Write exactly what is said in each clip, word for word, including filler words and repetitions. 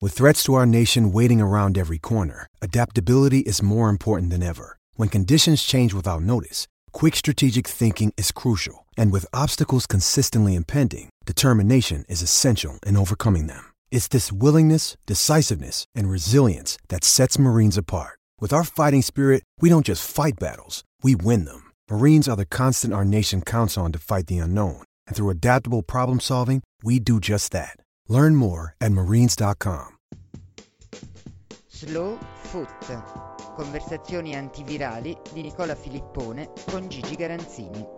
With threats to our nation waiting around every corner, adaptability is more important than ever. When conditions change without notice, quick strategic thinking is crucial. And with obstacles consistently impending, determination is essential in overcoming them. It's this willingness, decisiveness, and resilience that sets Marines apart. With our fighting spirit, we don't just fight battles, we win them. Marines are the constant our nation counts on to fight the unknown. And through adaptable problem solving, we do just that. Learn more at marines dot com. Slow Foot. Conversazioni antivirali di Nicola Filippone con Gigi Garanzini.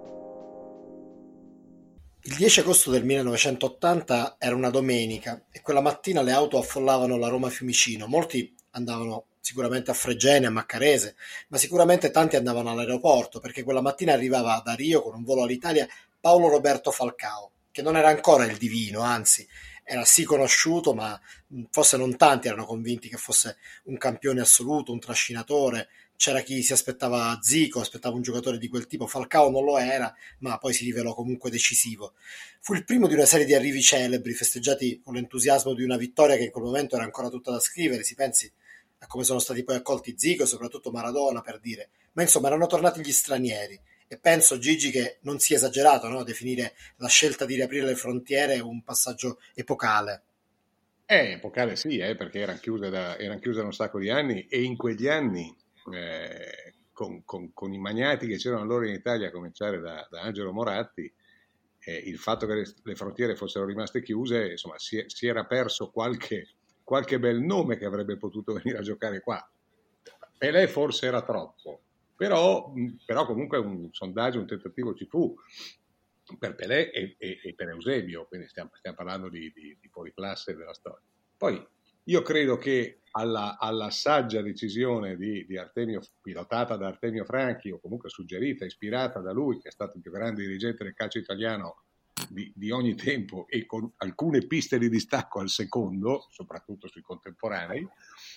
Il dieci agosto del millenovecentottanta era una domenica e quella mattina le auto affollavano la Roma Fiumicino. Molti andavano sicuramente a Fregene, a Maccarese, ma sicuramente tanti andavano all'aeroporto perché quella mattina arrivava da Rio con un volo all'Italia Paolo Roberto Falcao, che non era ancora il divino, anzi era sì conosciuto, ma forse non tanti erano convinti che fosse un campione assoluto, un trascinatore. C'era chi si aspettava Zico, aspettava un giocatore di quel tipo. Falcao non lo era, ma poi si rivelò comunque decisivo. Fu il primo di una serie di arrivi celebri, festeggiati con l'entusiasmo di una vittoria che in quel momento era ancora tutta da scrivere. Si pensi a come sono stati poi accolti Zico e soprattutto Maradona, per dire. Ma insomma erano tornati gli stranieri. E penso, Gigi, che non sia esagerato, no? Definire la scelta di riaprire le frontiere un passaggio epocale. Eh, epocale sì, eh, perché erano chiuse, da, erano chiuse da un sacco di anni e in quegli anni eh, con, con, con i magnati che c'erano allora in Italia, a cominciare da, da Angelo Moratti, eh, il fatto che le, le frontiere fossero rimaste chiuse, insomma, si, si era perso qualche, qualche bel nome che avrebbe potuto venire a giocare qua. Pelé forse era troppo. Però, però comunque un sondaggio, un tentativo ci fu per Pelé e, e, e per Eusebio, quindi stiamo, stiamo parlando di, di, di policlasse della storia. Poi io credo che alla, alla saggia decisione di, di Artemio, pilotata da Artemio Franchi, o comunque suggerita, ispirata da lui, che è stato il più grande dirigente del calcio italiano di, di ogni tempo e con alcune piste di distacco al secondo, soprattutto sui contemporanei,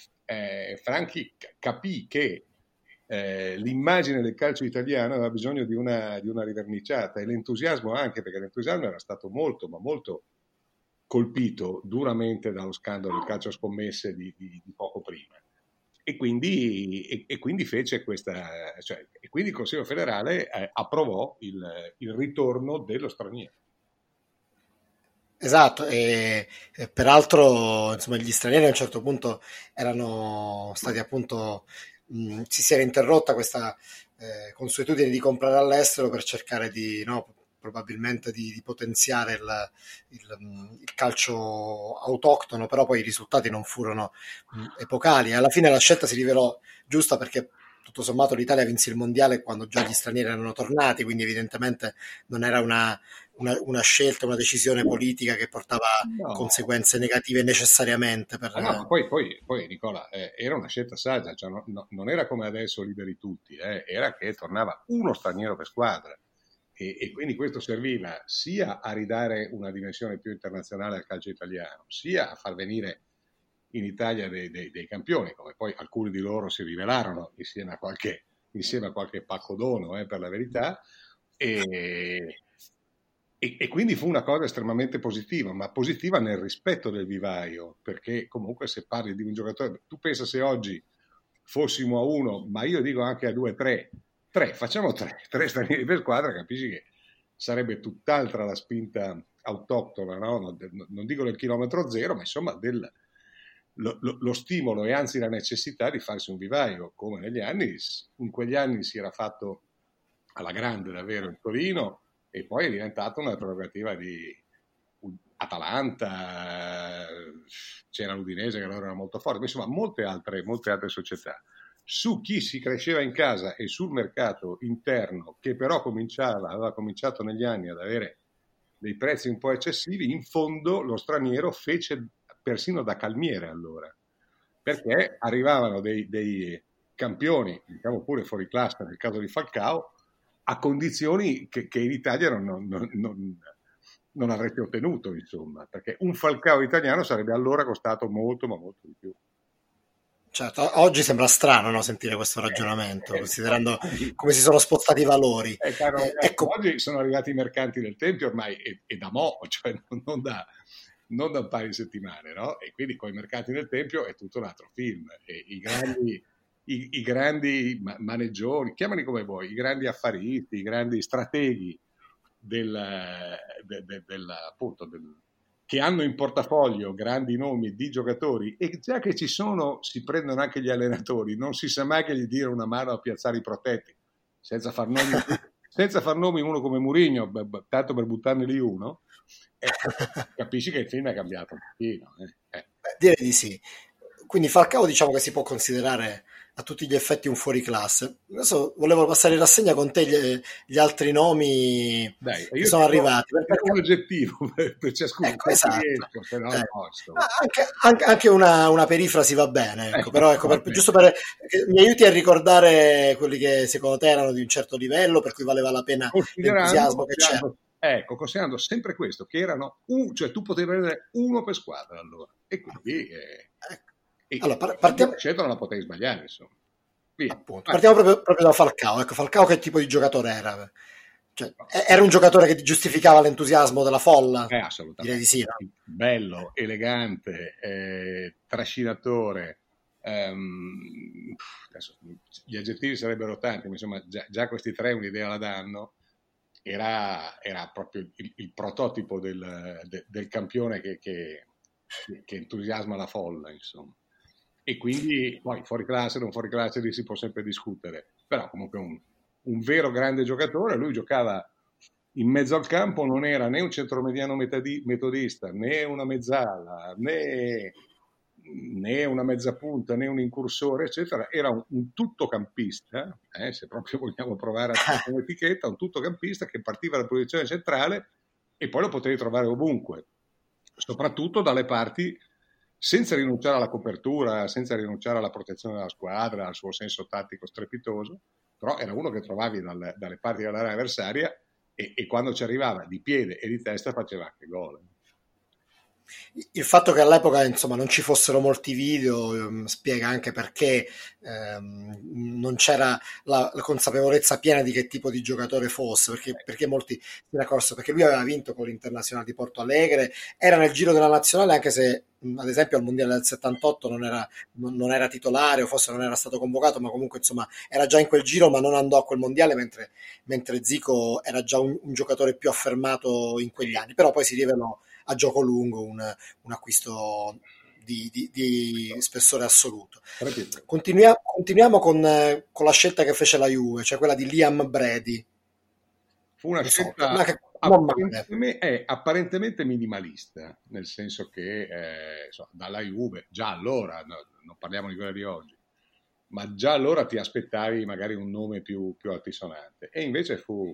eh, Franchi capì che Eh, l'immagine del calcio italiano aveva bisogno di una, di una riverniciata, e l'entusiasmo anche, perché l'entusiasmo era stato molto ma molto colpito duramente dallo scandalo del calcio a scommesse di, di, di poco prima, e quindi, e, e quindi fece questa, cioè, e quindi il Consiglio federale eh, approvò il, il ritorno dello straniero. Esatto, e, e peraltro insomma gli stranieri a un certo punto erano stati appunto mh, si si era interrotta questa eh, consuetudine di comprare all'estero per cercare di, no, probabilmente di, di potenziare il, il, il calcio autoctono, però poi i risultati non furono mh, epocali. Alla fine la scelta si rivelò giusta perché tutto sommato l'Italia vinse il mondiale quando già gli stranieri erano tornati, quindi evidentemente non era una, una, una scelta, una decisione politica che portava No. conseguenze negative necessariamente. Per... Ah, no, ma poi, poi, poi Nicola, eh, era una scelta saggia, cioè, no, no, non era come adesso liberi tutti, eh, era che tornava uno straniero per squadra, e, e quindi questo serviva sia a ridare una dimensione più internazionale al calcio italiano, sia a far venire in Italia dei, dei, dei campioni, come poi alcuni di loro si rivelarono insieme a qualche, insieme a qualche pacco dono, eh, per la verità, e, e, e quindi fu una cosa estremamente positiva, ma positiva nel rispetto del vivaio, perché comunque se parli di un giocatore, tu pensa se oggi fossimo a uno, ma io dico anche a due, tre, tre, facciamo tre, tre stranieri per squadra, capisci che sarebbe tutt'altra la spinta autoctona, no? Non, non dico del chilometro zero, ma insomma del... Lo, lo, lo stimolo e anzi la necessità di farsi un vivaio, come negli anni, in quegli anni si era fatto alla grande davvero in Torino, e poi è diventata una prerogativa di Atalanta, c'era l'Udinese che allora era molto forte, ma insomma molte altre, molte altre società. Su chi si cresceva in casa e sul mercato interno, che però cominciava, aveva cominciato negli anni ad avere dei prezzi un po' eccessivi, in fondo lo straniero fece persino da calmiere allora, perché arrivavano dei, dei campioni, diciamo pure fuori classe nel caso di Falcao, a condizioni che, che in Italia non, non, non, non avrete ottenuto, insomma, perché un Falcao italiano sarebbe allora costato molto, ma molto di più. Certo, oggi sembra strano, no, sentire questo ragionamento, eh, considerando eh, come si sono spostati i valori. Eh, caro, Eh, ecco, oggi sono arrivati i mercanti del Tempio ormai, e, e da mo', cioè non, non da, non da un paio di settimane, no? E quindi con i mercati del Tempio è tutto un altro film. E i grandi, i, i grandi maneggioni, chiamali come vuoi, i grandi affaristi, i grandi strateghi del, de, de, del, appunto, del, che hanno in portafoglio grandi nomi di giocatori, e già che ci sono si prendono anche gli allenatori, non si sa mai che gli dire una mano a piazzare i protetti, senza far nomi, senza far nomi uno come Mourinho, tanto per buttarne lì uno. Eh, capisci che il film è cambiato un pochino. Eh. Eh. Direi di sì. Quindi Falcao diciamo che si può considerare a tutti gli effetti un fuoriclasse. Adesso volevo passare in rassegna con te gli, gli altri nomi Dai, che sono arrivati. Per un aggettivo per, per ciascuno. Ecco, esatto. Riesco, se no, eh. no, anche, anche, anche una, una perifrasi va bene, ecco, eh, però ecco, per, giusto per mi aiuti a ricordare quelli che secondo te erano di un certo livello, per cui valeva la pena l'entusiasmo che c'era. Ecco, considerando sempre questo, che erano un, cioè tu potevi prendere uno per squadra allora, e quindi eh, ecco. e, allora, par- partiamo... la scelta non la potevi sbagliare, insomma. Appunto, partiamo proprio, proprio da Falcao. Ecco, Falcao che tipo di giocatore era? Cioè, era un giocatore che giustificava l'entusiasmo della folla? Eh, assolutamente. Direi di sì, no? Bello, elegante, eh, trascinatore. Ehm, adesso, gli aggettivi sarebbero tanti, ma insomma già, già questi tre un'idea la danno. Era, era proprio il, il prototipo del, de, del campione che, che, che entusiasma la folla, insomma. E quindi poi fuori classe, non fuori classe, lì si può sempre discutere, però comunque un, un vero grande giocatore. Lui giocava in mezzo al campo, non era né un centromediano metodista, né una mezzala, né, né una mezza punta, né un incursore, eccetera. Era un, un tuttocampista, eh, se proprio vogliamo provare a fare un'etichetta, un tuttocampista che partiva dalla posizione centrale e poi lo potevi trovare ovunque, soprattutto dalle parti, senza rinunciare alla copertura, senza rinunciare alla protezione della squadra, al suo senso tattico strepitoso, però era uno che trovavi dalle, dalle parti dell'area avversaria e, e quando ci arrivava di piede e di testa faceva anche gol. Il fatto che all'epoca insomma non ci fossero molti video ehm, spiega anche perché ehm, non c'era la, la consapevolezza piena di che tipo di giocatore fosse, perché, perché molti si ne accorsero, perché lui aveva vinto con l'Internazionale di Porto Alegre, era nel giro della nazionale anche se mh, ad esempio al Mondiale del settantotto non era, non, non era titolare o forse non era stato convocato, ma comunque insomma era già in quel giro ma non andò a quel Mondiale, mentre, mentre Zico era già un, un giocatore più affermato in quegli anni, però poi si rivelò a gioco lungo un, un acquisto di, di, di spessore assoluto. Continua, continuiamo con, con la scelta che fece la Juve, cioè quella di Liam Brady. Fu una scelta so, che, apparentemente, è apparentemente minimalista, nel senso che eh, insomma, dalla Juve, già allora, no, non parliamo di quella di oggi, ma già allora ti aspettavi magari un nome più, più altisonante, e invece fu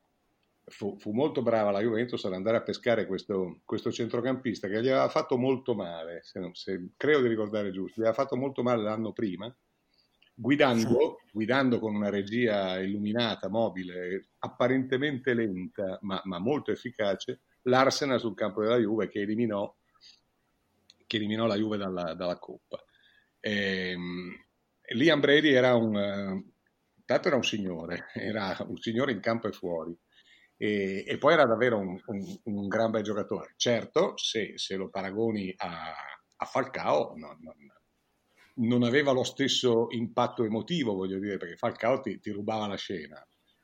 Fu, fu molto brava la Juventus ad andare a pescare questo, questo centrocampista che gli aveva fatto molto male, se non, se, credo di ricordare giusto, gli aveva fatto molto male l'anno prima, guidando, guidando con una regia illuminata, mobile, apparentemente lenta, ma, ma molto efficace, l'Arsenal sul campo della Juve che eliminò, che eliminò la Juve dalla, dalla Coppa. E, Liam Brady era un, tanto era un signore, era un signore in campo e fuori. E, e poi era davvero un, un, un gran bel giocatore. Certo, se, se lo paragoni a, a Falcao, no, no, non aveva lo stesso impatto emotivo, voglio dire, perché Falcao ti, ti rubava la scena.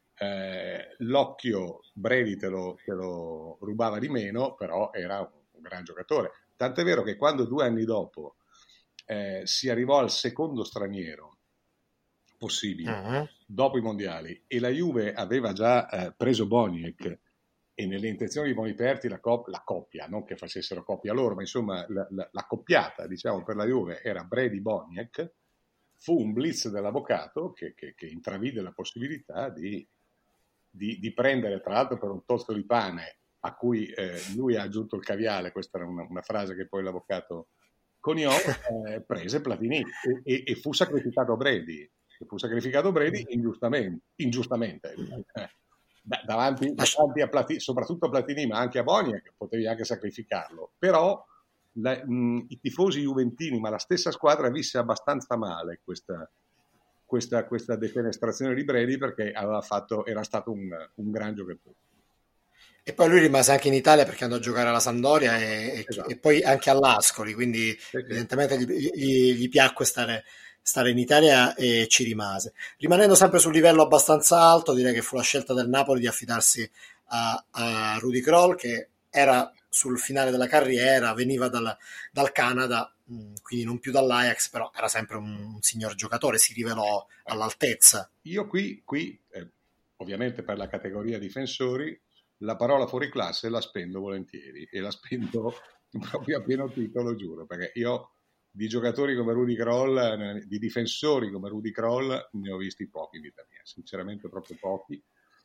Eh, l'occhio Brady te lo, te lo rubava di meno, però era un, un gran giocatore. Tant'è vero che quando due anni dopo eh, si arrivò al secondo straniero possibile, uh-huh. dopo i mondiali, e la Juve aveva già eh, preso Boniek, e nelle intenzioni di Boniperti la, cop- la coppia, non che facessero coppia loro, ma insomma la, la, la coppiata, diciamo, per la Juve era Brady Boniek, fu un blitz dell'avvocato che, che, che intravide la possibilità di, di, di prendere, tra l'altro per un tozzo di pane a cui eh, lui ha aggiunto il caviale, questa era una, una frase che poi l'avvocato coniò, eh, prese Platini e, e, e fu sacrificato Brady. fu sacrificato Brady ingiustamente, ingiustamente eh, davanti, davanti a Platini, soprattutto a Platini, ma anche a Boniek, che potevi anche sacrificarlo, però la, mh, i tifosi juventini, ma la stessa squadra visse abbastanza male questa, questa, questa defenestrazione di Brady, perché aveva fatto, era stato un, un gran giocatore. E poi lui rimase anche in Italia perché andò a giocare alla Sampdoria e, Esatto. e poi anche all'Ascoli, quindi Sì, sì. evidentemente gli, gli- gli piacque stare, stare in Italia e ci rimase. Rimanendo sempre sul livello abbastanza alto, direi che fu la scelta del Napoli di affidarsi a, a Rudi Kroll, che era sul finale della carriera, veniva dal, dal Canada, mh, quindi non più dall'Ajax, però era sempre un, un signor giocatore, si rivelò all'altezza. Io qui, qui eh, ovviamente per la categoria difensori, la parola fuori classe la spendo volentieri e la spendo proprio a pieno titolo, giuro, perché io di giocatori come Rudi Kroll, di difensori come Rudi Kroll, ne ho visti pochi in vita mia, sinceramente proprio pochi.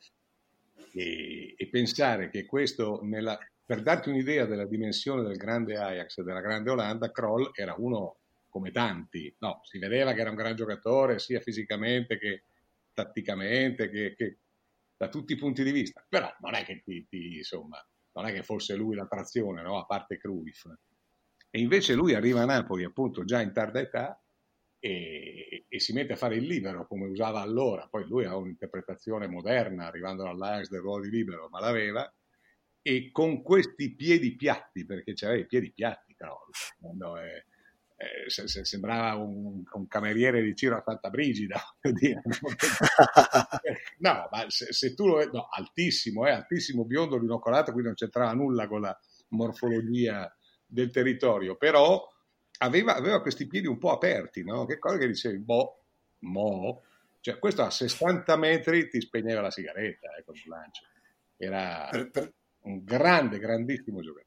E, e pensare che questo, nella, per darti un'idea della dimensione del grande Ajax e della grande Olanda, Kroll era uno come tanti, no, si vedeva che era un gran giocatore sia fisicamente che tatticamente, che, che da tutti i punti di vista, però non è che ti, ti, insomma, non è che fosse lui l'attrazione, no? A parte Cruyff. E invece lui arriva a Napoli appunto già in tarda età e, e si mette a fare il libero come usava allora. Poi lui ha un'interpretazione moderna, arrivando all'Ajax del ruolo di libero, ma l'aveva, e con questi piedi piatti, perché c'aveva i piedi piatti, però, no, eh, eh, se, se sembrava un, un cameriere di Ciro a Santa Brigida, no, ma se, se tu lo no, altissimo, eh, altissimo, biondo, rinocolato, quindi non c'entrava nulla con la morfologia del territorio, però aveva, aveva questi piedi un po' aperti, no? Che cosa che dicevi, boh, mo, cioè questo a sessanta metri ti spegneva la sigaretta, eh, con il lancio. Era Per, per, un grande, grandissimo giocatore.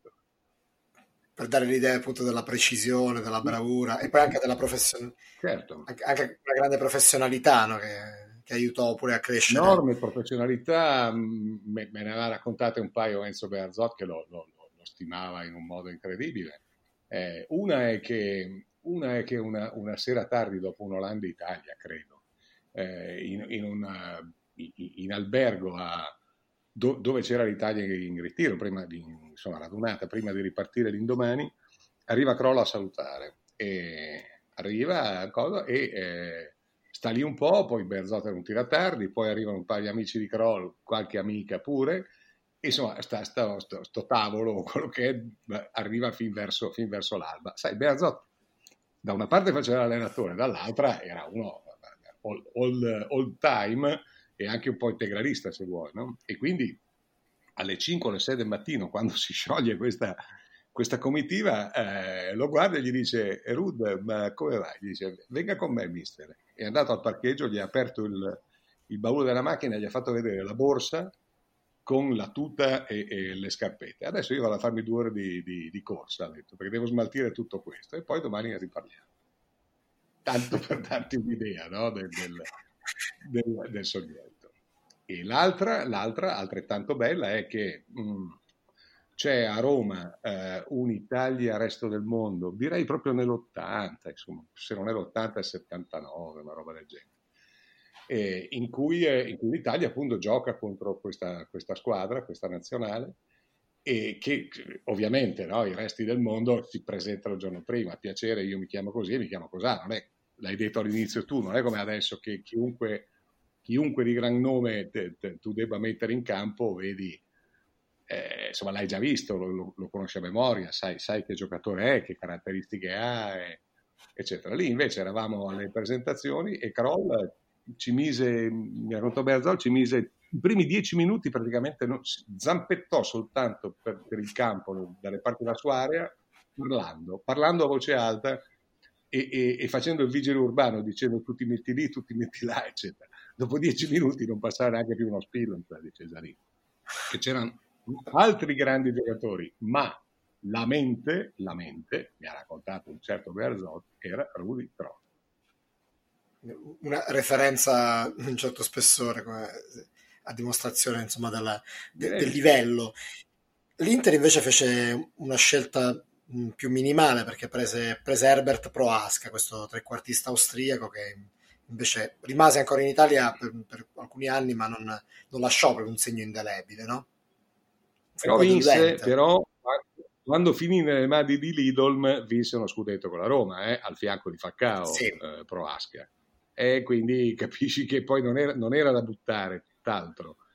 per dare l'idea appunto della precisione, della bravura e poi anche della professionalità, Certo. anche, anche una grande professionalità, no? che, che aiutò pure a crescere. Enorme professionalità, me, me ne aveva raccontate un paio Enzo Bearzot, che lo, lo, lo stimava in un modo incredibile. Eh, una è che, una, è che una, una sera tardi dopo un Olanda-Italia, credo, eh, in, in, una, in, in albergo a, do, dove c'era l'Italia in ritiro, prima di, insomma, radunata, prima di ripartire l'indomani, arriva Kroll a salutare. E arriva cosa, e eh, sta lì un po', poi Bearzot non tira tardi, poi arrivano un paio di amici di Kroll, qualche amica pure, insomma, sta, sta, sto, sto tavolo, quello che è, arriva fin verso, fin verso l'alba. Sai, Bearzot da una parte faceva l'allenatore, dall'altra era uno old, old, old time e anche un po' integralista, se vuoi, no? E quindi alle cinque o alle sei del mattino, quando si scioglie questa, questa comitiva, eh, lo guarda e gli dice: Rud, ma come vai? Gli dice: venga con me, mister. È andato al parcheggio, gli ha aperto il, il baule della macchina, gli ha fatto vedere la borsa con la tuta e, e le scarpette. Adesso io vado a farmi due ore di, di, di corsa, ha detto, perché devo smaltire tutto questo e poi domani ne riparliamo. Tanto per darti un'idea, no? del, del, del, del soggetto. E l'altra, l'altra, altrettanto bella, è che mh, c'è a Roma eh, un'Italia resto del mondo, direi proprio nell'ottanta, insomma, se non è l'ottanta è il settantanove, una roba del genere. Eh, in, cui, eh, in cui l'Italia appunto gioca contro questa, questa squadra, questa nazionale, e che ovviamente, no, i resti del mondo si presentano il giorno prima, piacere, io mi chiamo così e mi chiamo così, non è, l'hai detto all'inizio tu, non è come adesso che chiunque, chiunque di gran nome te, te, tu debba mettere in campo, vedi, eh, insomma l'hai già visto, lo, lo, lo conosci a memoria, sai, sai che giocatore è, che caratteristiche ha, eh, eccetera. Lì invece eravamo alle presentazioni e Kroll ci mise, mi ha raccontato Bearzot, ci mise i primi dieci minuti praticamente, no, zampettò soltanto per, per il campo dalle parti della sua area, parlando, parlando a voce alta e, e, e facendo il vigile urbano, dicendo tu ti metti lì, tu ti metti là, eccetera. Dopo dieci minuti non passava neanche più uno spillo di Cesarino, che c'erano altri grandi giocatori, ma la mente, la mente, mi ha raccontato un certo Bearzot, era Rudi Kroll. Una referenza di un certo spessore, come, a dimostrazione insomma della, de, del livello. L'Inter invece fece una scelta mh, più minimale, perché prese, prese Herbert Prohaska, questo trequartista austriaco che invece rimase ancora in Italia per, per alcuni anni, ma non, non lasciò proprio un segno indelebile, no? Però vinse, però quando finì nelle mani di Lidolm vinse uno scudetto con la Roma, eh, al fianco di Falcao, sì. eh, Prohaska. E quindi capisci che poi non era, non era da buttare, tutt'altro.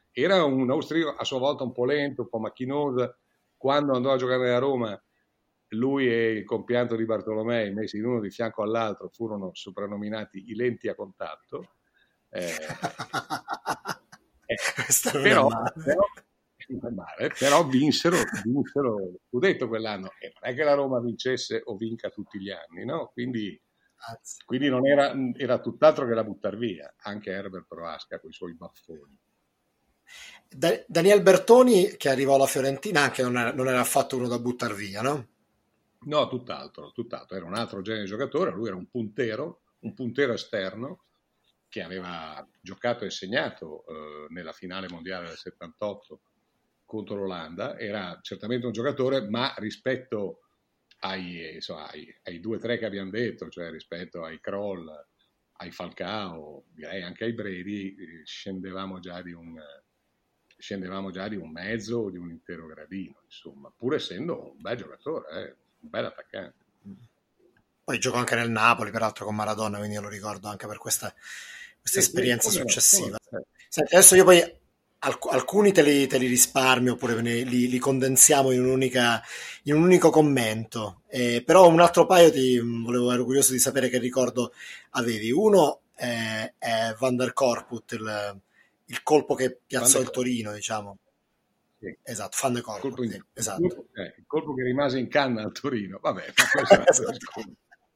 Era un austriaco a sua volta un po' lento, un po' macchinoso. Quando andò a giocare a Roma, lui e il compianto di Bartolomei, messi l'uno di fianco all'altro, furono soprannominati i lenti a contatto. Eh, eh, però, però, male, però vinsero, vinsero lo scudetto quell'anno, e non è che la Roma vincesse o vinca tutti gli anni, no? Quindi, quindi non era, era tutt'altro che da buttar via, anche Herbert Proasca con i suoi baffoni. Da- Daniel Bertoni, che arrivò alla Fiorentina, anche non era, non era affatto uno da buttar via, no? No, tutt'altro, tutt'altro, era un altro genere di giocatore, lui era un puntero, un puntero esterno, che aveva giocato e segnato eh, nella finale mondiale del settantotto contro l'Olanda. Era certamente un giocatore, ma rispetto ai, insomma, ai, ai due o tre che abbiamo detto, cioè rispetto ai Kroll, ai Falcao, direi anche ai Brady, eh, scendevamo già di un scendevamo già di un mezzo o di un intero gradino, insomma, pur essendo un bel giocatore, eh, un bel attaccante. Poi giocò anche nel Napoli, peraltro con Maradona, quindi io lo ricordo anche per questa, questa Sì, esperienza sì, come no, successiva. come no. Senti, adesso io poi alc- alcuni te li, te li risparmio oppure ve ne- li, li condensiamo in, un'unica, in un unico commento. Eh, però un altro paio ti volevo, ero curioso di sapere che ricordo avevi. Uno eh, è Van der Korput, il, il colpo che piazzò il Torino, diciamo. Sì. Esatto, Van der Korput, Colpo in- sì, esatto. il, colpo, eh, il colpo che rimase in canna al Torino, vabbè, ma questo è un altro discorso.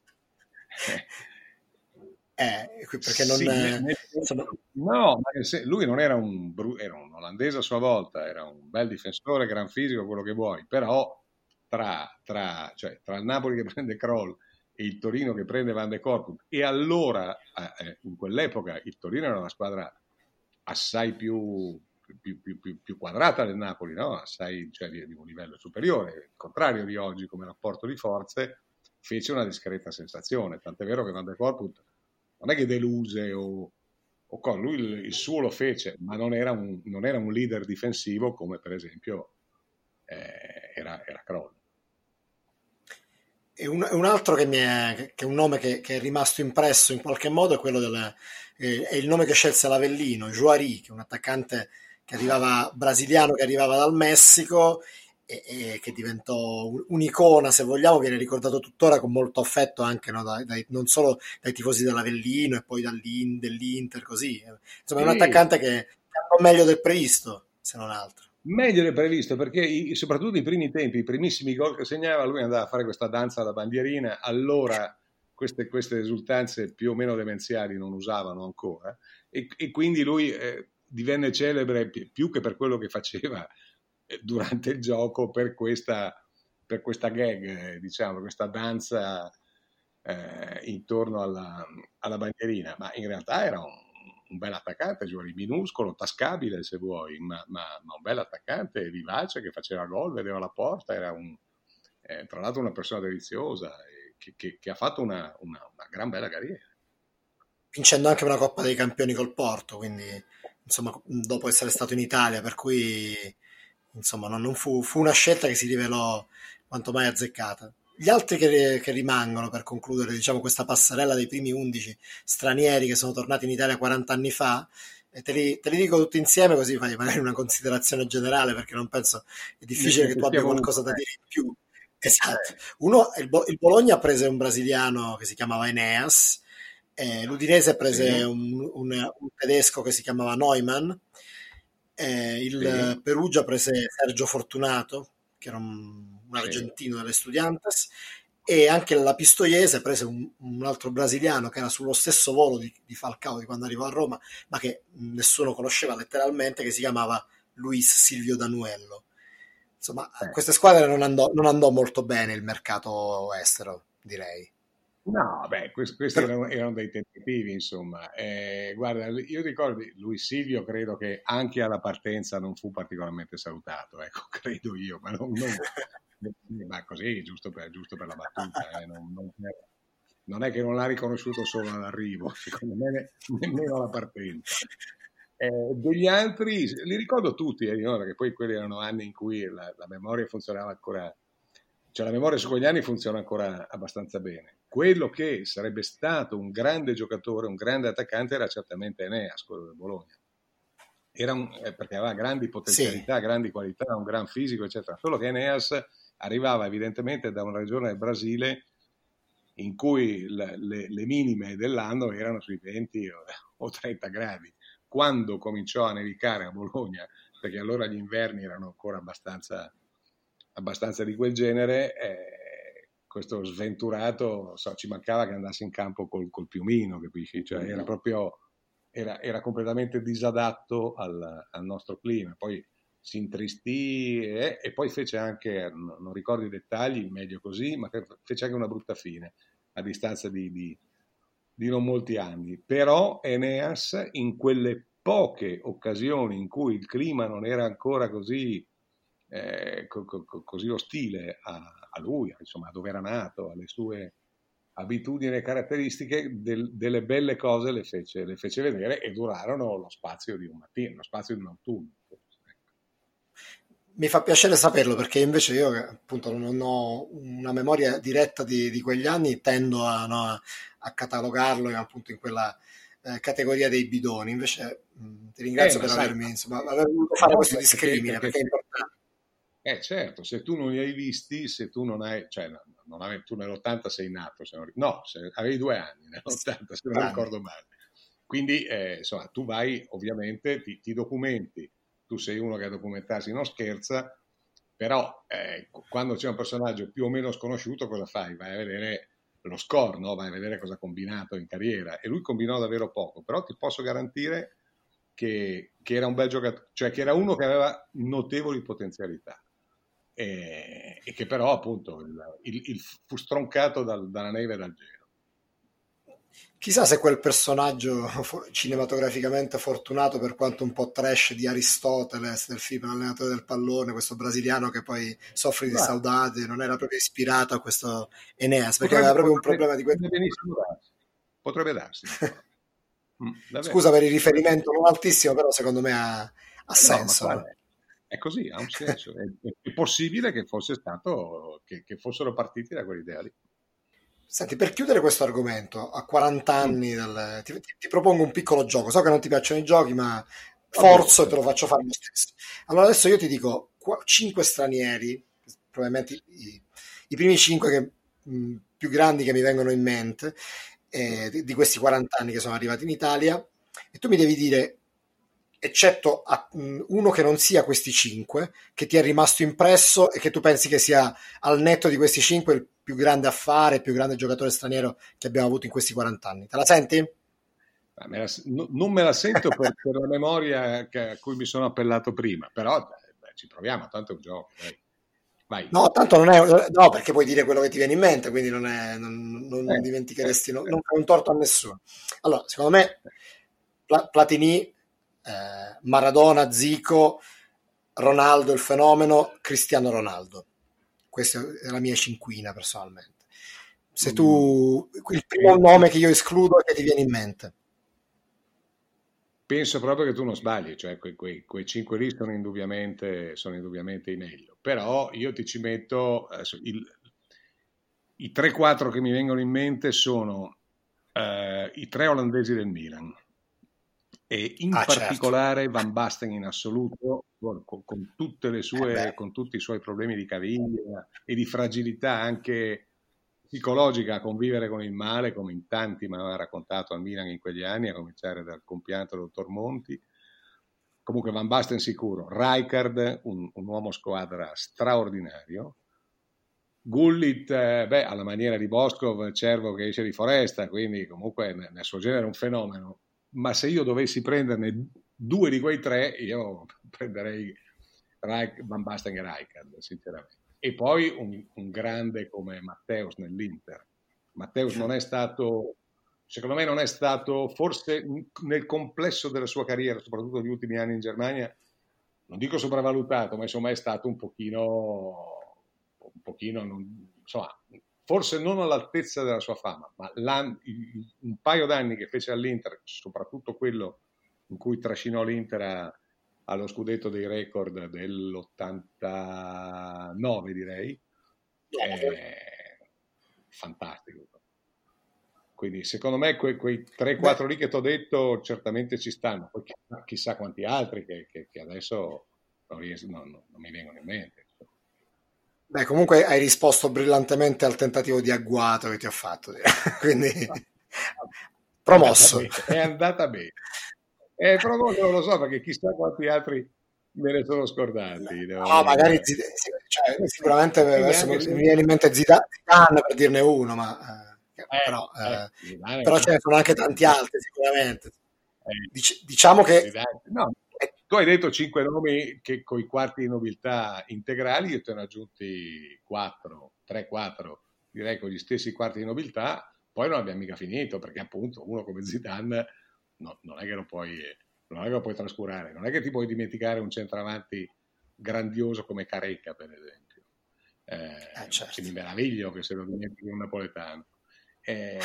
Eh, perché non Sì, eh, nel- insomma, no, ma se- lui non era un, bru- era un olandese a sua volta, era un bel difensore, gran fisico, quello che vuoi, però tra, tra, cioè, tra il Napoli che prende Kroll e il Torino che prende Van de Korput, e allora, eh, in quell'epoca, il Torino era una squadra assai più, più, più, più, più quadrata del Napoli, no? Assai, cioè, di, di un livello superiore, il contrario di oggi come rapporto di forze, fece una discreta sensazione, tant'è vero che Van de Korput non è che deluse o, o con lui il, il suo lo fece, ma non era un, non era un leader difensivo come per esempio eh, era, era Kroll. E un, un altro che, mi è, che è un nome che, che è rimasto impresso in qualche modo è quello del eh, è il nome che scelse l'Avellino, Juari, che è un attaccante che arrivava brasiliano, che arrivava dal Messico e, e che diventò un'icona, se vogliamo, viene ricordato tuttora con molto affetto anche, no, dai, dai, non solo dai tifosi dell'Avellino e poi dell'Inter, così. Insomma, è un Sì, attaccante che andò meglio del previsto, se non altro. meglio del previsto, perché i, soprattutto i primi tempi, i primissimi gol che segnava, lui andava a fare questa danza alla bandierina, allora queste, queste esultanze più o meno demenziali non usavano ancora, e, e quindi lui eh, divenne celebre più che per quello che faceva durante il gioco, per questa, per questa gag, diciamo, questa danza eh, intorno alla, alla bandierina, ma in realtà era un, un bel attaccante, cioè minuscolo, tascabile se vuoi, ma, ma, ma un bel attaccante, vivace, che faceva gol, vedeva la porta, era un, eh, tra l'altro una persona deliziosa, eh, che, che, che ha fatto una, una, una gran bella carriera. Vincendo anche una Coppa dei Campioni col Porto, quindi insomma dopo essere stato in Italia, per cui insomma non, non fu, fu una scelta che si rivelò quanto mai azzeccata. Gli altri che, che rimangono, per concludere, diciamo, questa passerella dei primi undici stranieri che sono tornati in Italia quaranta anni fa, e te li, te li dico tutti insieme così fai magari una considerazione generale, perché non penso, è difficile che tu abbia qualcosa da dire in più. Esatto. Uno, il, Bo- il Bologna prese un brasiliano che si chiamava Eneas, eh, l'Udinese prese Sì. un, un, un tedesco che si chiamava Neumann, eh, il Sì. Perugia prese Sergio Fortunato, che era un, un Sì. argentino delle Estudiantes, e anche la Pistoiese prese un, un altro brasiliano che era sullo stesso volo di, di Falcao di quando arrivò a Roma, ma che nessuno conosceva letteralmente, che si chiamava Luis Silvio Danuello. Insomma, a Eh. queste squadre non andò, non andò molto bene il mercato estero, direi. No, beh, questi, questi erano, erano dei tentativi, insomma. Eh, guarda, io ricordo, Luis Silvio credo che anche alla partenza non fu particolarmente salutato, ecco, credo io, ma non, non, ma così, giusto per, giusto per la battuta, eh, non, non, non è che non l'ha riconosciuto solo all'arrivo, secondo me nemmeno alla partenza. Eh, degli altri, li ricordo tutti, eh, perché poi quelli erano anni in cui la, la memoria funzionava ancora, cioè la memoria su quegli anni funziona ancora abbastanza bene. Quello che sarebbe stato un grande giocatore, un grande attaccante, era certamente Eneas, quello del Bologna. era un, eh, perché aveva grandi potenzialità, sì, grandi qualità, un gran fisico, eccetera. Solo che Eneas arrivava evidentemente da una regione del Brasile in cui le, le, le minime dell'anno erano sui venti o, o trenta gradi. Quando cominciò a nevicare a Bologna, perché allora gli inverni erano ancora abbastanza, abbastanza di quel genere, eh, questo sventurato, so, ci mancava che andasse in campo col, col piumino, capisci? Cioè era proprio... Era, era completamente disadatto al, al nostro clima. Poi si intristì e, e poi fece anche, non ricordo i dettagli, meglio così, ma fece anche una brutta fine a distanza di, di, di non molti anni. Però Eneas, in quelle poche occasioni in cui il clima non era ancora così, eh, co, co, così ostile a, a lui, insomma, a dove era nato, alle sue abitudini e caratteristiche, del, delle belle cose le fece, le fece vedere e durarono lo spazio di un mattino, lo spazio di un autunno. Mi fa piacere saperlo, perché invece io appunto non ho una memoria diretta di, di quegli anni, tendo a, no, a catalogarlo appunto in quella eh, categoria dei bidoni. Invece mh, ti ringrazio eh, per sai, avermi insomma aver voluto fare no, questo discrimine, perché, perché, perché è importante. Eh certo, se tu non li hai visti, se tu non hai, cioè non avevi, tu nell'ottanta sei nato, se non, no, se, avevi due anni nell'ottanta, se non ah, ricordo male. Quindi eh, insomma, tu vai ovviamente, ti, ti documenti, tu sei uno che a documentarsi non scherza, però eh, quando c'è un personaggio più o meno sconosciuto, cosa fai? Vai a vedere lo score, no? Vai a vedere cosa ha combinato in carriera, e lui combinò davvero poco, però ti posso garantire che, che era un bel giocatore, cioè che era uno che aveva notevoli potenzialità. E, e che però appunto il, il, il fu stroncato dal, dalla neve e dal gelo. Chissà se quel personaggio cinematograficamente fortunato, per quanto un po' trash, di Aristoteles, del film L'allenatore del pallone, questo brasiliano che poi soffre di saudade, non era proprio ispirato a questo Eneas, perché potrebbe, aveva proprio un problema di questo. Potrebbe darsi. mm, Scusa per il riferimento non altissimo, però secondo me ha, ha no, senso. No? È così, ha un senso. È, è possibile che fosse stato, che, che fossero partiti da quell'idea lì. Senti, per chiudere questo argomento, a quaranta anni, mm. del, ti, ti, ti propongo un piccolo gioco. So che non ti piacciono i giochi, ma forzo e te lo faccio fare lo stesso. Allora adesso io ti dico cinque stranieri, probabilmente i, i primi cinque che, mh, più grandi che mi vengono in mente, eh, di, di questi quaranta anni che sono arrivati in Italia, e tu mi devi dire, eccetto a, mh, uno che non sia questi cinque, che ti è rimasto impresso e che tu pensi che sia, al netto di questi cinque, il più grande affare, il più grande giocatore straniero che abbiamo avuto in questi quaranta anni. Te la senti? Me la, no, non me la sento per, per la memoria che, a cui mi sono appellato prima, però beh, ci proviamo, tanto è un gioco. Dai. Vai. No, tanto non è, no, perché puoi dire quello che ti viene in mente, quindi non, è, non, non eh, dimenticheresti, eh, non, non fai un torto a nessuno. Allora, secondo me, Pla- Platini, eh, Maradona, Zico, Ronaldo il fenomeno, Cristiano Ronaldo. Questa è la mia cinquina personalmente. Se tu, il primo nome che io escludo è che ti viene in mente. Penso proprio che tu non sbagli, cioè quei, quei, quei cinque lì sono indubbiamente, sono indubbiamente i meglio, però io ti ci metto, adesso, il, i tre quattro che mi vengono in mente sono uh, i tre olandesi del Milan, e in ah, particolare certo. Van Basten in assoluto, con, con, tutte le sue, eh con tutti i suoi problemi di caviglia e di fragilità anche psicologica a convivere con il male, come in tanti mi aveva raccontato al Milan in quegli anni, a cominciare dal compianto dottor Monti. Comunque Van Basten sicuro, Rijkaard un, un uomo squadra straordinario, Gullit, eh, beh, alla maniera di Boskov, cervo che esce di foresta, quindi comunque nel suo genere un fenomeno, ma se io dovessi prenderne due di quei tre, io prenderei Reich, Van Basten e Rijkaard, sinceramente. E poi un, un grande come Matteus nell'Inter. Matteus non è stato, secondo me non è stato, forse nel complesso della sua carriera, soprattutto negli ultimi anni in Germania, non dico sopravvalutato, ma insomma è stato un pochino, un pochino, non, insomma, forse non all'altezza della sua fama, ma un paio d'anni che fece all'Inter, soprattutto quello in cui trascinò l'Inter a, allo scudetto dei record dell'ottantanove, direi, è fantastico. Quindi secondo me que, quei tre quattro lì che ti ho detto certamente ci stanno, poi chissà, chissà quanti altri che, che, che adesso non, riesco, no, no, non mi vengono in mente. Beh, comunque hai risposto brillantemente al tentativo di agguato che ti ho fatto, quindi promosso. È andata bene, è promosso, non lo so, perché chissà quanti altri me ne sono scordati. No, no magari Zid- cioè, sicuramente adesso mi viene in mente Zidane per dirne uno, ma eh, eh, però, eh, eh, però ce ne sono anche tanti altri sicuramente. Eh, Dic- diciamo che no, tu hai detto cinque nomi che con i quarti di nobiltà integrali, io te ne ho aggiunti quattro, tre quattro, direi con gli stessi quarti di nobiltà, poi non abbiamo mica finito, perché appunto uno come Zidane no, non è che lo puoi non è che lo puoi trascurare, non è che ti puoi dimenticare un centravanti grandioso come Careca, per esempio. Eh, eh, certo. Mi meraviglio che se lo dimentichi un napoletano. Eh,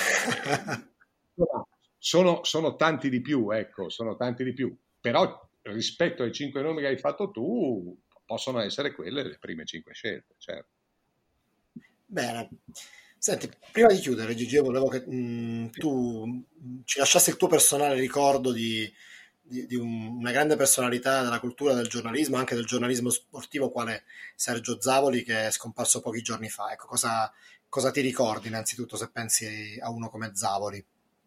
sono, sono tanti di più, ecco, sono tanti di più, però rispetto ai cinque nomi che hai fatto tu, possono essere quelle le prime cinque scelte, certo. Bene. Senti, prima di chiudere, Gigi, io volevo che mh, tu ci lasciassi il tuo personale ricordo di, di, di un, una grande personalità della cultura del giornalismo, anche del giornalismo sportivo, quale Sergio Zavoli, che è scomparso pochi giorni fa. Ecco, cosa, cosa ti ricordi innanzitutto se pensi a uno come Zavoli?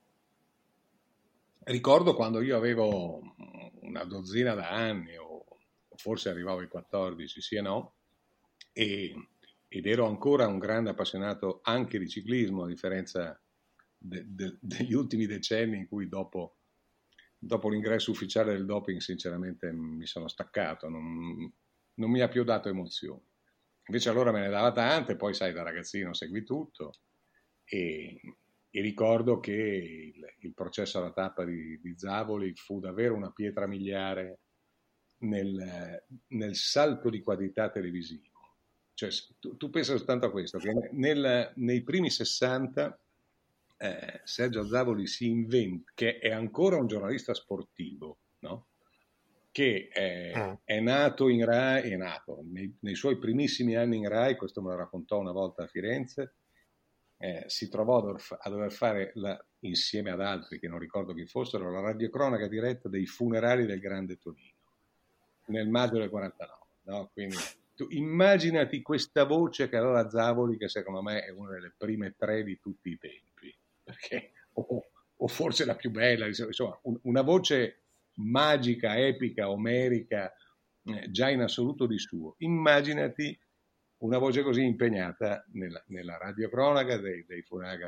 Ricordo quando io avevo una dozzina da anni, o forse arrivavo ai quattordici, sì e no, e, ed ero ancora un grande appassionato anche di ciclismo, a differenza de, de, degli ultimi decenni in cui dopo, dopo l'ingresso ufficiale del doping sinceramente mi sono staccato, non, non mi ha più dato emozioni. Invece allora me ne dava tante, poi sai, da ragazzino segui tutto, e... E ricordo che il, il processo alla tappa di, di Zavoli fu davvero una pietra miliare nel, nel salto di qualità televisivo. Cioè, tu, tu pensa soltanto a questo, che nel, nei primi sessanta eh, Sergio Zavoli si inventa, che è ancora un giornalista sportivo, no? Che è, ah. è nato in Rai, è nato nei, nei suoi primissimi anni in Rai, questo me lo raccontò una volta a Firenze. Eh, si trovò a dover fare, la, insieme ad altri che non ricordo chi fossero, la radiocronaca diretta dei funerali del grande Tonino nel maggio del quarantanove, no? Quindi tu immaginati questa voce che aveva Zavoli, che secondo me è una delle prime tre di tutti i tempi, perché, o, o forse la più bella, insomma, un, una voce magica, epica, omerica, eh, già in assoluto di suo. Immaginati una voce così impegnata nella, nella radiocronaca dei, dei funerali.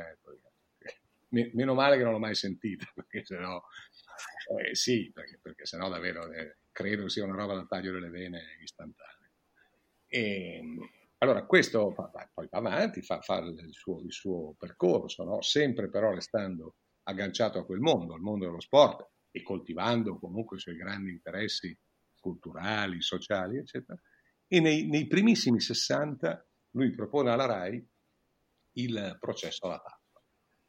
Meno male che non l'ho mai sentita, perché sennò eh, sì, perché, perché sennò davvero eh, credo sia una roba da taglio delle vene istantanea. E, allora questo fa, poi va avanti, fa, fa il, suo, il suo percorso, no? Sempre però restando agganciato a quel mondo, al mondo dello sport, e coltivando comunque i suoi grandi interessi culturali, sociali, eccetera. E nei, nei primissimi sessanta lui propone alla Rai il processo alla tappa.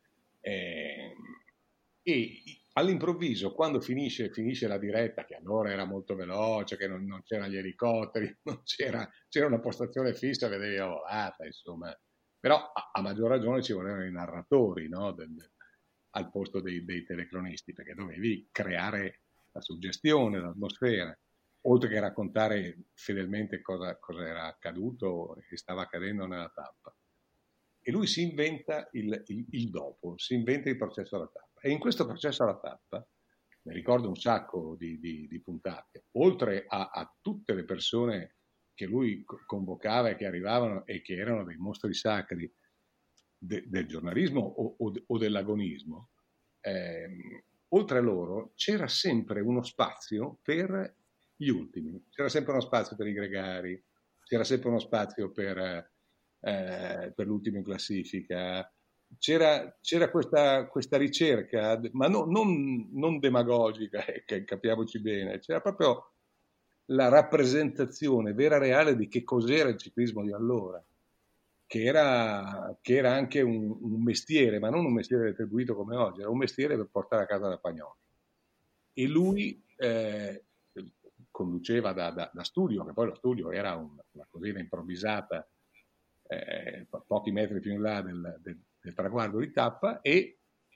E, e all'improvviso, quando finisce, finisce la diretta, che allora era molto veloce, che non, non c'erano gli elicotteri, non c'era, c'era una postazione fissa, vedevi la volata, insomma. Però a, a maggior ragione ci volevano i narratori, no? del, del, al posto dei, dei telecronisti, perché dovevi creare la suggestione, l'atmosfera, oltre che raccontare fedelmente cosa, cosa era accaduto e stava accadendo nella tappa. E lui si inventa il, il, il dopo, si inventa il processo alla tappa. E in questo processo alla tappa, mi ricordo un sacco di, di, di puntate, oltre a, a tutte le persone che lui convocava e che arrivavano e che erano dei mostri sacri de, del giornalismo o, o, o dell'agonismo, ehm, oltre a loro c'era sempre uno spazio per gli ultimi, c'era sempre uno spazio per i gregari, c'era sempre uno spazio per, eh, per l'ultimo in classifica, c'era, c'era questa, questa ricerca, ma no, non, non demagogica, eh, che capiamoci bene, c'era proprio la rappresentazione vera e reale di che cos'era il ciclismo di allora, che era, che era anche un, un mestiere, ma non un mestiere retribuito come oggi, era un mestiere per portare a casa la Pagnoli. E lui eh, conduceva da, da, da studio, che poi lo studio era un, una cosina improvvisata eh, pochi metri più in là del, del, del traguardo di tappa, e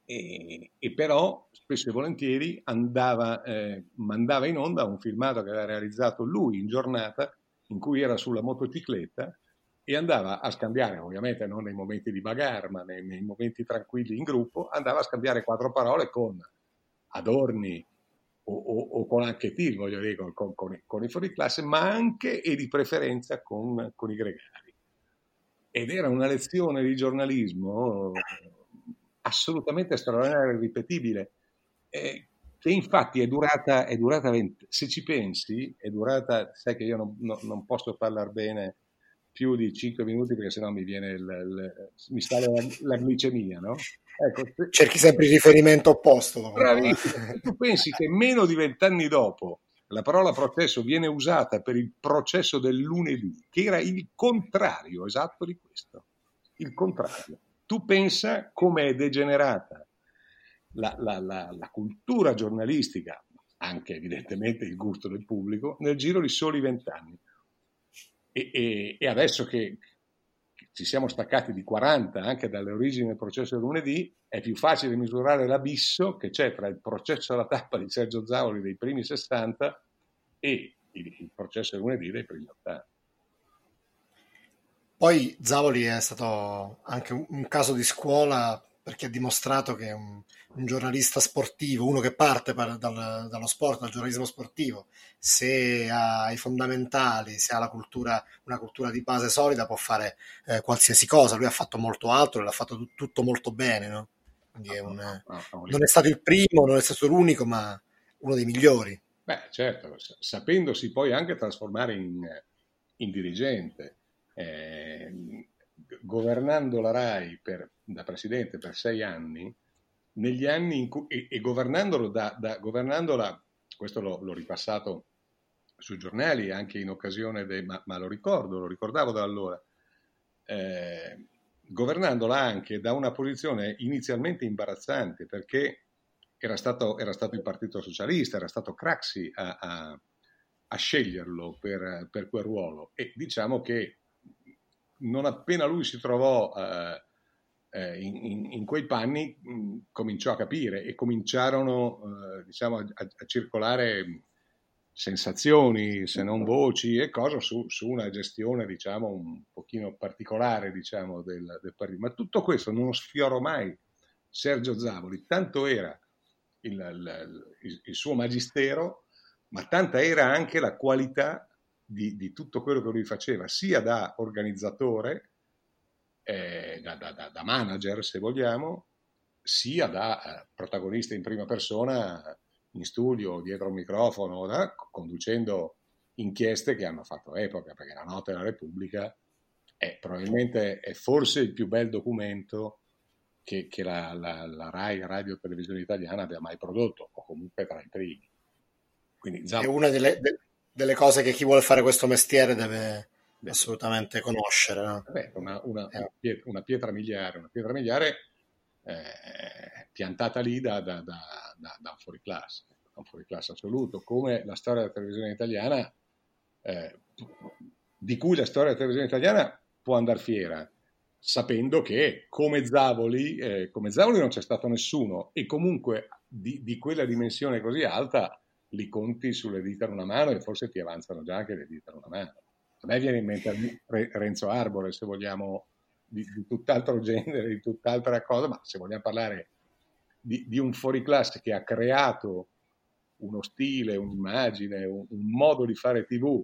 e, e però spesso e volentieri andava, eh, mandava in onda un filmato che aveva realizzato lui in giornata, in cui era sulla motocicletta e andava a scambiare, ovviamente non nei momenti di bagarre, ma nei, nei momenti tranquilli in gruppo, andava a scambiare quattro parole con Adorni o, o, o con anche Til, voglio dire, con, con, con i fuoriclasse, ma anche e di preferenza con, con i gregari. Ed era una lezione di giornalismo assolutamente straordinaria e irripetibile, eh, che infatti è durata, è durata venti, se ci pensi, è durata, sai che io non, non, non posso parlare bene più di cinque minuti perché sennò mi viene il, il, mi sale la, la glicemia, no? Ecco, se... cerchi sempre il riferimento opposto. Bravissimo. Tu pensi che meno di vent'anni dopo la parola processo viene usata per il processo del lunedì, che era il contrario esatto di questo, il contrario. Tu pensa come è degenerata la, la, la, la cultura giornalistica, anche evidentemente il gusto del pubblico, nel giro di soli vent'anni. E, e, e adesso che ci siamo staccati di quaranta anche dalle origini del processo del lunedì, è più facile misurare l'abisso che c'è tra il processo alla tappa di Sergio Zavoli dei primi sessanta e il, il processo del lunedì dei primi ottanta. Poi Zavoli è stato anche un, un caso di scuola, perché ha dimostrato che è un, un giornalista sportivo, uno che parte per, dal, dallo sport, dal giornalismo sportivo, se ha i fondamentali, se ha la cultura, una cultura di base solida, può fare eh, qualsiasi cosa. Lui ha fatto molto altro e l'ha fatto t- tutto molto bene, no? Quindi è un, non è stato il primo, non è stato l'unico, ma uno dei migliori. Beh, certo, sapendosi poi anche trasformare in, in dirigente. Eh, governando la RAI per, da presidente per sei anni, negli anni in cui, e, e governandolo da, da governandola, questo l'ho, l'ho ripassato sui giornali anche in occasione de, ma, ma lo ricordo, lo ricordavo da allora, eh, governandola anche da una posizione inizialmente imbarazzante, perché era stato, era stato il Partito Socialista, era stato Craxi a, a, a sceglierlo per, per quel ruolo, e diciamo che non appena lui si trovò eh, eh, in, in quei panni, mh, cominciò a capire e cominciarono eh, diciamo, a, a circolare sensazioni, se non voci e cose su, su una gestione diciamo un pochino particolare diciamo del, del partito. Ma tutto questo non sfiorò mai Sergio Zavoli, tanto era il, il, il suo magistero, ma tanta era anche la qualità Di, di tutto quello che lui faceva, sia da organizzatore, eh, da, da, da manager se vogliamo, sia da eh, protagonista in prima persona in studio, dietro un microfono, da, conducendo inchieste che hanno fatto epoca, perché La Notte della Repubblica è probabilmente è forse il più bel documento che, che la, la, la RAI, Radio Televisione Italiana, abbia mai prodotto, o comunque tra i primi. Quindi, Zavoli... È una delle... De... delle cose che chi vuole fare questo mestiere deve Beh, assolutamente conoscere, no? Beh, una, una, eh. una pietra miliare, una pietra miliare eh, piantata lì da, da, da, da, da un fuoriclasse, un fuoriclasse assoluto, come la storia della televisione italiana, eh, di cui la storia della televisione italiana può andare fiera, sapendo che come Zavoli, eh, come Zavoli non c'è stato nessuno, e comunque di, di quella dimensione così alta li conti sulle dita in una mano, e forse ti avanzano già anche le dita in una mano. A me viene in mente Renzo Arbore, se vogliamo, di, di tutt'altro genere, di tutt'altra cosa, ma se vogliamo parlare di, di un fuoriclasse che ha creato uno stile, un'immagine, un, un modo di fare tivù,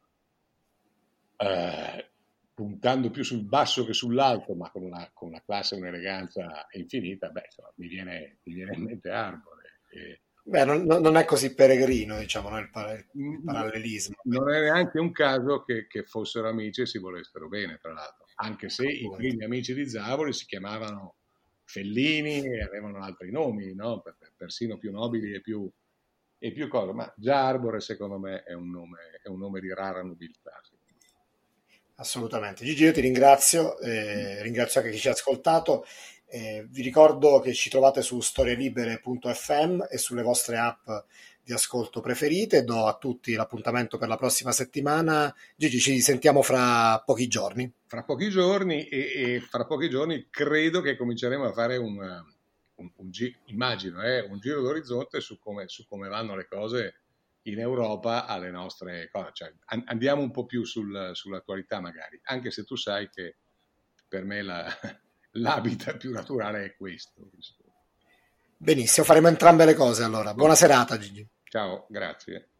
eh, puntando più sul basso che sull'alto, ma con una, con una classe e un'eleganza infinita, beh, insomma, mi viene, mi viene in mente Arbore. E, Beh, non, non è così peregrino, diciamo, no, il, par- il parallelismo. Non è neanche un caso che, che fossero amici e si volessero bene, tra l'altro, anche se i primi amici di Zavoli si chiamavano Fellini e avevano altri nomi, no? per, per, persino più nobili e più, e più cose, ma già Arbore secondo me è un nome, è un nome di rara nobiltà. Assolutamente. Gigi, io ti ringrazio, eh, ringrazio anche chi ci ha ascoltato. Eh, vi ricordo che ci trovate su storielibere punto effe emme e sulle vostre app di ascolto preferite. Do a tutti l'appuntamento per la prossima settimana. Gigi, ci sentiamo fra pochi giorni. Fra pochi giorni e, e fra pochi giorni credo che cominceremo a fare un, un, un gi- immagino, eh, un giro d'orizzonte su come, su come vanno le cose in Europa alle nostre cose. Cioè, an- andiamo un po' più sul, sull'attualità magari, anche se tu sai che per me la, l'habitat più naturale è questo. Benissimo, faremo entrambe le cose allora. Buona serata, Gigi. Ciao, grazie.